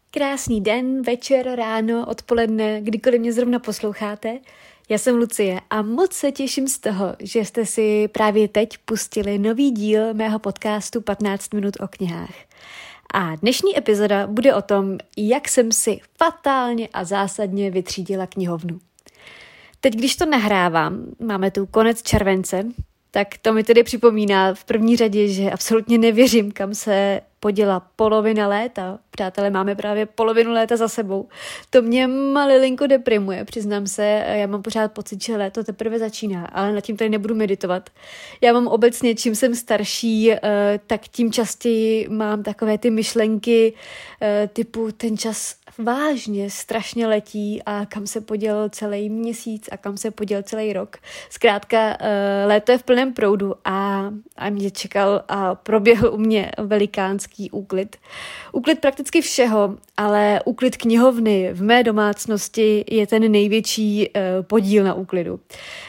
Krásný den, večer, ráno, odpoledne, kdykoliv mě zrovna posloucháte. Já jsem Lucie a moc se těším z toho, že jste si právě teď pustili nový díl mého podcastu 15 minut o knihách. A dnešní epizoda bude o tom, jak jsem si fatálně a zásadně vytřídila knihovnu. Teď, když to nahrávám, máme tu konec července, tak to mi tedy připomíná v první řadě, že absolutně nevěřím, kam se poděla polovina léta. Přátelé, máme právě polovinu léta za sebou. To mě malilinko deprimuje, přiznám se. Já mám pořád pocit, že léto teprve začíná, ale nad tím tady nebudu meditovat. Já mám obecně, čím jsem starší, tak tím častěji mám takové ty myšlenky typu ten čas vážně strašně letí a kam se poděl celý měsíc a kam se poděl celý rok. Zkrátka léto je v plném proudu a mě čekal a proběhl u mě velikánský úklid. Úklid prakticky všeho, ale úklid knihovny v mé domácnosti je ten největší podíl na úklidu.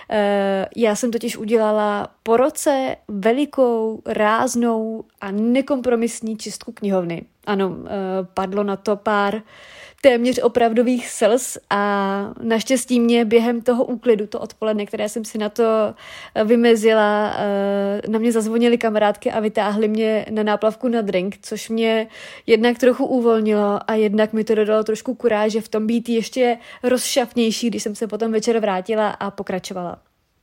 Já jsem totiž udělala po roce velikou, ráznou a nekompromisní čistku knihovny. Ano, padlo na to pár téměř opravdových slz a naštěstí mě během toho úklidu, to odpoledne, které jsem si na to vymezila, na mě zazvonily kamarádky a vytáhly mě na náplavku na drink, což mě jednak trochu uvolnilo a jednak mi to dodalo trošku kuráže v tom být ještě rozšafnější, když jsem se potom večer vrátila a pokračovala.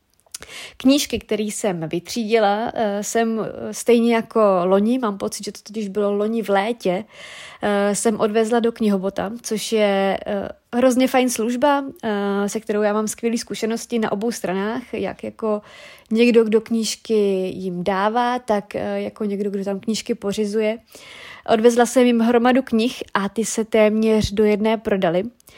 Knížky, které jsem vytřídila, jsem stejně jako loni, mám pocit, že to totiž bylo loni v létě, jsem odvezla do knihobota, což je hrozně fajn služba, se kterou já mám skvělé zkušenosti na obou stranách, jak jako někdo, kdo knížky jim dává, tak jako někdo, kdo tam knížky pořizuje. Odvezla jsem jim hromadu knih a ty se téměř do jedné prodaly.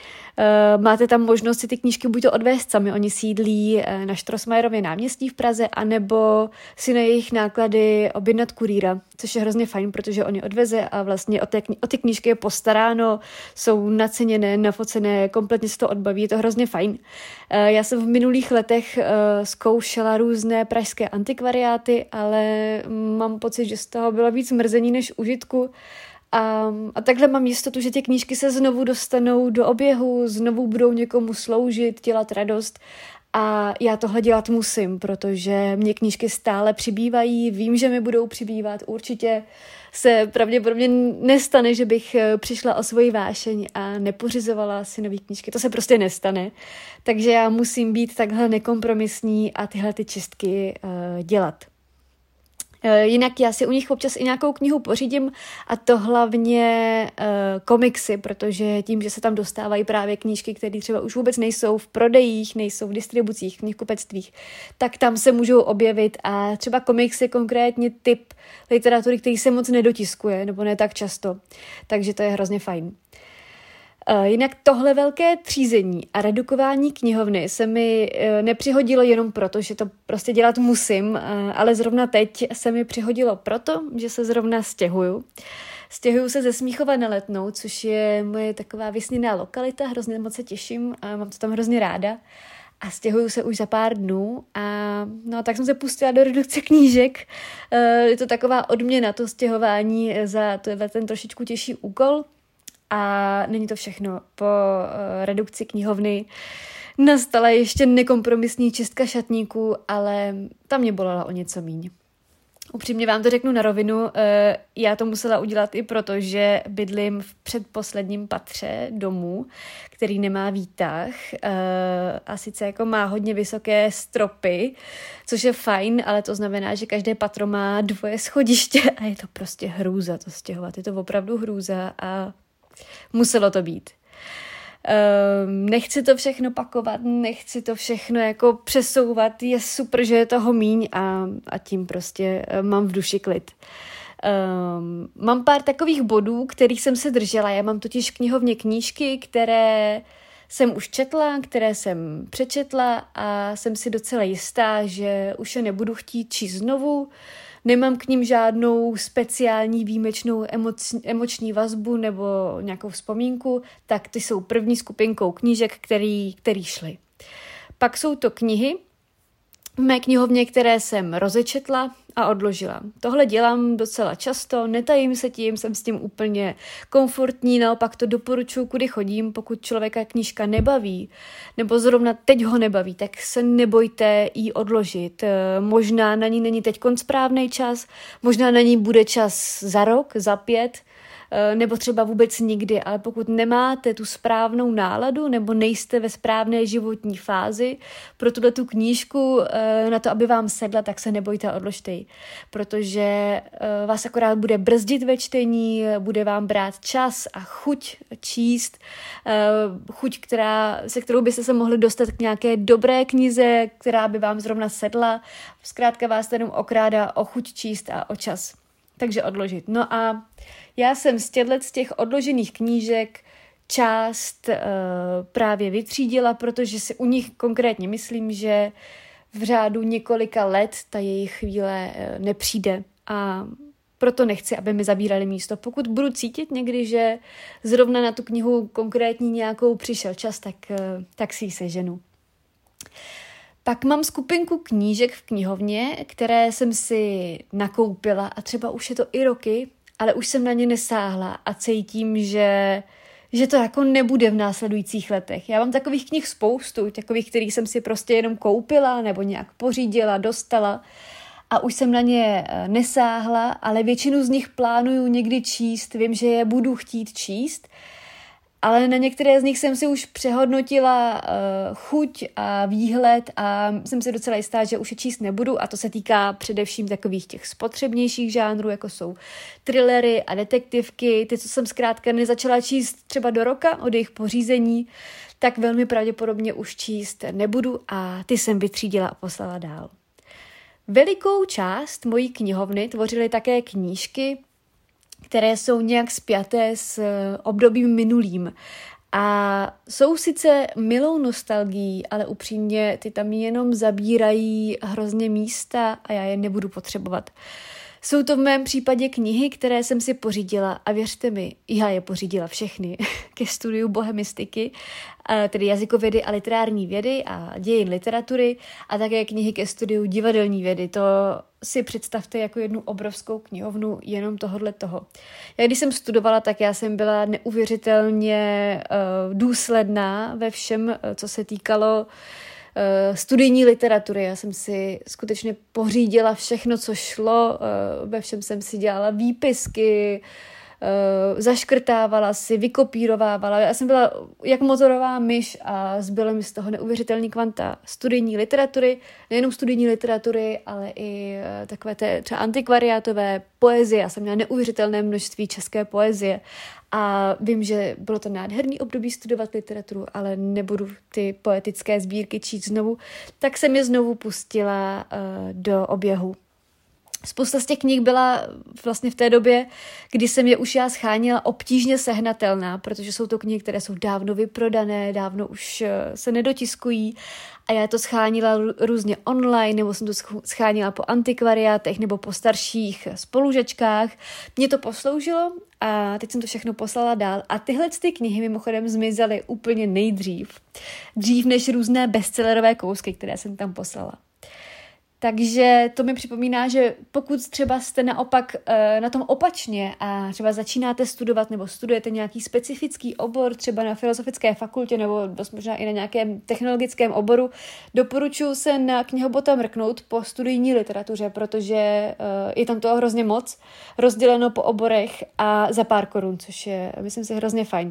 Máte tam možnost si ty knížky buď to odvést sami, oni sídlí na Strossmayerově náměstí v Praze, anebo si na jejich náklady objednat kurýra, což je hrozně fajn, protože oni odveze a vlastně o ty knížky je postaráno, jsou naceněné, nafocené, kompletně se to odbaví, je to hrozně fajn. Já jsem v minulých letech zkoušela různé pražské antikvariáty, ale mám pocit, že z toho bylo víc mrzení než užitku. A takhle mám jistotu, že ty knížky se znovu dostanou do oběhu, znovu budou někomu sloužit, dělat radost a já tohle dělat musím, protože mě knížky stále přibývají, vím, že mi budou přibývat, určitě se pravděpodobně nestane, že bych přišla o svoji vášeň a nepořizovala si nový knížky, to se prostě nestane, takže já musím být takhle nekompromisní a tyhle ty čistky dělat. Jinak já si u nich občas i nějakou knihu pořídím a to hlavně komiksy, protože tím, že se tam dostávají právě knížky, které třeba už vůbec nejsou v prodejích, nejsou v distribucích, v knihkupectvích, tak tam se můžou objevit a třeba komiks je konkrétně typ literatury, který se moc nedotiskuje, nebo ne tak často, takže to je hrozně fajn. Jinak tohle velké třízení a redukování knihovny se mi nepřihodilo jenom proto, že to prostě dělat musím, ale zrovna teď se mi přihodilo proto, že se zrovna stěhuju. Stěhuju se ze Smíchova na Letnou, což je moje taková vysněná lokalita, hrozně moc se těším a mám to tam hrozně ráda. A stěhuju se už za pár dnů a no, tak jsem se pustila do redukce knížek. Je to taková odměna, to stěhování za ten trošičku těžší úkol. A není to všechno. Po redukci knihovny nastala ještě nekompromisní čistka šatníků, ale ta mě bolela o něco míň. Upřímně vám to řeknu na rovinu, já to musela udělat i proto, že bydlím v předposledním patře domu, který nemá výtah a sice jako má hodně vysoké stropy, což je fajn, ale to znamená, že každé patro má 2 schodiště a je to prostě hrůza to stěhovat, je to opravdu hrůza a muselo to být. Nechci to všechno pakovat, nechci to všechno jako přesouvat, je super, že je toho míň a tím prostě mám v duši klid. Mám pár takových bodů, kterých jsem se držela, já mám totiž v knihovně knížky, které jsem už četla, které jsem přečetla a jsem si docela jistá, že už je nebudu chtít číst znovu. Nemám k nim žádnou speciální výjimečnou emoční vazbu nebo nějakou vzpomínku, tak ty jsou první skupinkou knížek, který šly. Pak jsou to knihy v mé knihovně, které jsem rozečetla a odložila. Tohle dělám docela často, netajím se tím, jsem s tím úplně komfortní, naopak to doporučuji, kudy chodím, pokud člověka knížka nebaví, nebo zrovna teď ho nebaví, tak se nebojte jí odložit. Možná na ní není teď správný čas, možná na ní bude čas za rok, za 5, nebo třeba vůbec nikdy, ale pokud nemáte tu správnou náladu nebo nejste ve správné životní fázi pro tu knížku na to, aby vám sedla, tak se nebojte a odložte ji, protože vás akorát bude brzdit ve čtení, bude vám brát čas a chuť číst, chuť, se kterou byste se mohli dostat k nějaké dobré knize, která by vám zrovna sedla. Zkrátka vás jenom okrádá o chuť číst a o čas. Takže odložit. No a já jsem z těch odložených knížek část právě vytřídila, protože si u nich konkrétně myslím, že v řádu několika let ta jejich chvíle nepřijde a proto nechci, aby mi zabírali místo. Pokud budu cítit někdy, že zrovna na tu knihu konkrétní nějakou přišel čas, tak si ji seženu. Pak mám skupinku knížek v knihovně, které jsem si nakoupila a třeba už je to i roky, ale už jsem na ně nesáhla a cítím, že to jako nebude v následujících letech. Já mám takových knih spoustu, takových, kterých jsem si prostě jenom koupila nebo nějak pořídila, dostala a už jsem na ně nesáhla, ale většinu z nich plánuju někdy číst, vím, že je budu chtít číst, ale na některé z nich jsem si už přehodnotila chuť a výhled a jsem si docela jistá, že už je číst nebudu a to se týká především takových těch spotřebnějších žánrů, jako jsou thrillery a detektivky, ty, co jsem zkrátka nezačala číst třeba do roka od jejich pořízení, tak velmi pravděpodobně už číst nebudu a ty jsem vytřídila a poslala dál. Velikou část mojí knihovny tvořily také knížky, které jsou nějak spjaté s obdobím minulým. A jsou sice milou nostalgií, ale upřímně ty tam jenom zabírají hrozně místa a já je nebudu potřebovat. Jsou to v mém případě knihy, které jsem si pořídila a věřte mi, já je pořídila všechny ke studiu bohemistiky, tedy jazykovědy a literární vědy a dějin literatury a také knihy ke studiu divadelní vědy. To si představte jako jednu obrovskou knihovnu jenom tohodle toho. Já když jsem studovala, tak já jsem byla neuvěřitelně důsledná ve všem, co se týkalo studijní literatury. Já jsem si skutečně pořídila všechno, co šlo, ve všem jsem si dělala výpisky, zaškrtávala si, vykopírovávala. Já jsem byla jak motorová myš a zbylo mi z toho neuvěřitelný kvanta studijní literatury, nejenom studijní literatury, ale i takové té třeba antikvariátové poezie. Já jsem měla neuvěřitelné množství české poezie a vím, že bylo to nádherný období studovat literaturu, ale nebudu ty poetické sbírky číst znovu, tak jsem je znovu pustila do oběhu. Spousta z těch knih byla vlastně v té době, kdy jsem je už já schánila, obtížně sehnatelná, protože jsou to knihy, které jsou dávno vyprodané, dávno už se nedotiskují a já to schánila různě online, nebo jsem to schánila po antikvariátech nebo po starších spolužačkách. Mně to posloužilo a teď jsem to všechno poslala dál a tyhle ty knihy mimochodem zmizely úplně nejdřív. Dřív než různé bestsellerové kousky, které jsem tam poslala. Takže to mi připomíná, že pokud třeba jste naopak na tom opačně a třeba začínáte studovat nebo studujete nějaký specifický obor, třeba na filozofické fakultě nebo dost možná i na nějakém technologickém oboru, doporučuji se na knihobota mrknout po studijní literatuře, protože je tam toho hrozně moc, rozděleno po oborech a za pár korun, což je, myslím si, hrozně fajn.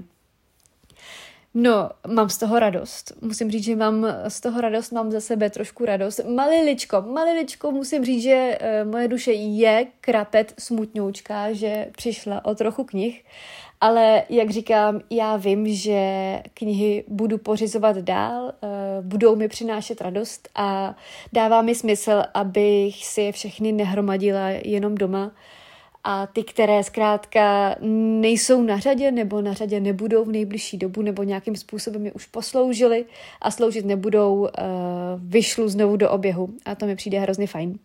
No, mám z toho radost. Musím říct, že mám z toho radost, mám za sebe trošku radost. Maliličko, musím říct, že moje duše je krapet smutňoučká, že přišla o trochu knih, ale jak říkám, já vím, že knihy budu pořizovat dál, budou mi přinášet radost a dává mi smysl, abych si je všechny nehromadila jenom doma. A ty, které zkrátka nejsou na řadě nebo na řadě nebudou v nejbližší dobu nebo nějakým způsobem je už posloužily a sloužit nebudou, vyšlu znovu do oběhu. A to mi přijde hrozně fajn.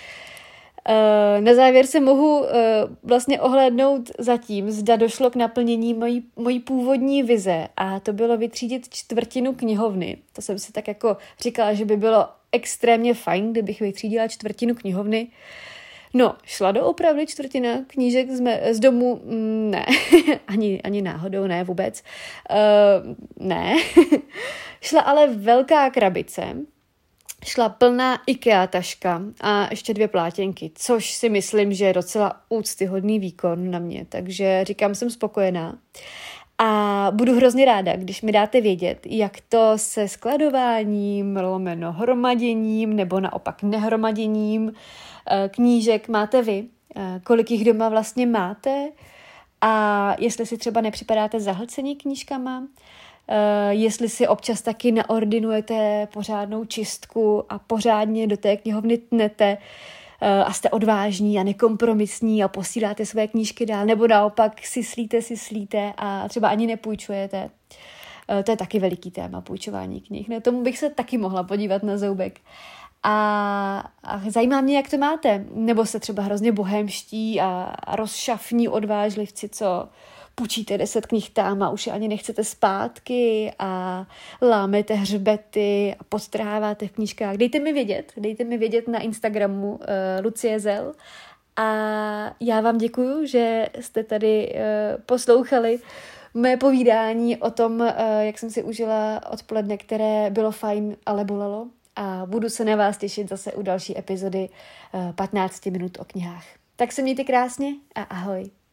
Na závěr se mohu vlastně ohlédnout zatím, zda došlo k naplnění mojí původní vize a to bylo vytřídit 1/4 knihovny. To jsem si tak jako říkala, že by bylo extrémně fajn, kdybych vytřídila 1/4 knihovny. No, šla doopravdy čtvrtina knížek z domu? Ne, ani náhodou, ne vůbec. Ne. Šla ale velká krabice, šla plná IKEA taška a ještě 2 plátěnky, což si myslím, že je docela úctyhodný výkon na mě, takže říkám, jsem spokojená. A budu hrozně ráda, když mi dáte vědět, jak to se skladováním, hromaděním nebo naopak nehromaděním knížek máte vy, kolik jich doma vlastně máte a jestli si třeba nepřipadáte zahlcení knížkama, jestli si občas taky naordinujete pořádnou čistku a pořádně do té knihovny tnete a jste odvážní a nekompromisní a posíláte své knížky dál, nebo naopak si slíte a třeba ani nepůjčujete. To je taky veliký téma, půjčování knih. No, tomu bych se taky mohla podívat na zoubek. A zajímá mě, jak to máte. Nebo jste třeba hrozně bohémští a rozšafní odvážlivci, co půjčíte 10 knih tam a už je ani nechcete zpátky a lámete hřbety a podtrháváte v knížkách. Dejte mi vědět na Instagramu Lucie Zel a já vám děkuju, že jste tady poslouchali mé povídání o tom, jak jsem si užila odpoledne, které bylo fajn, ale bolelo a budu se na vás těšit zase u další epizody 15 minut o knihách. Tak se mějte krásně a ahoj.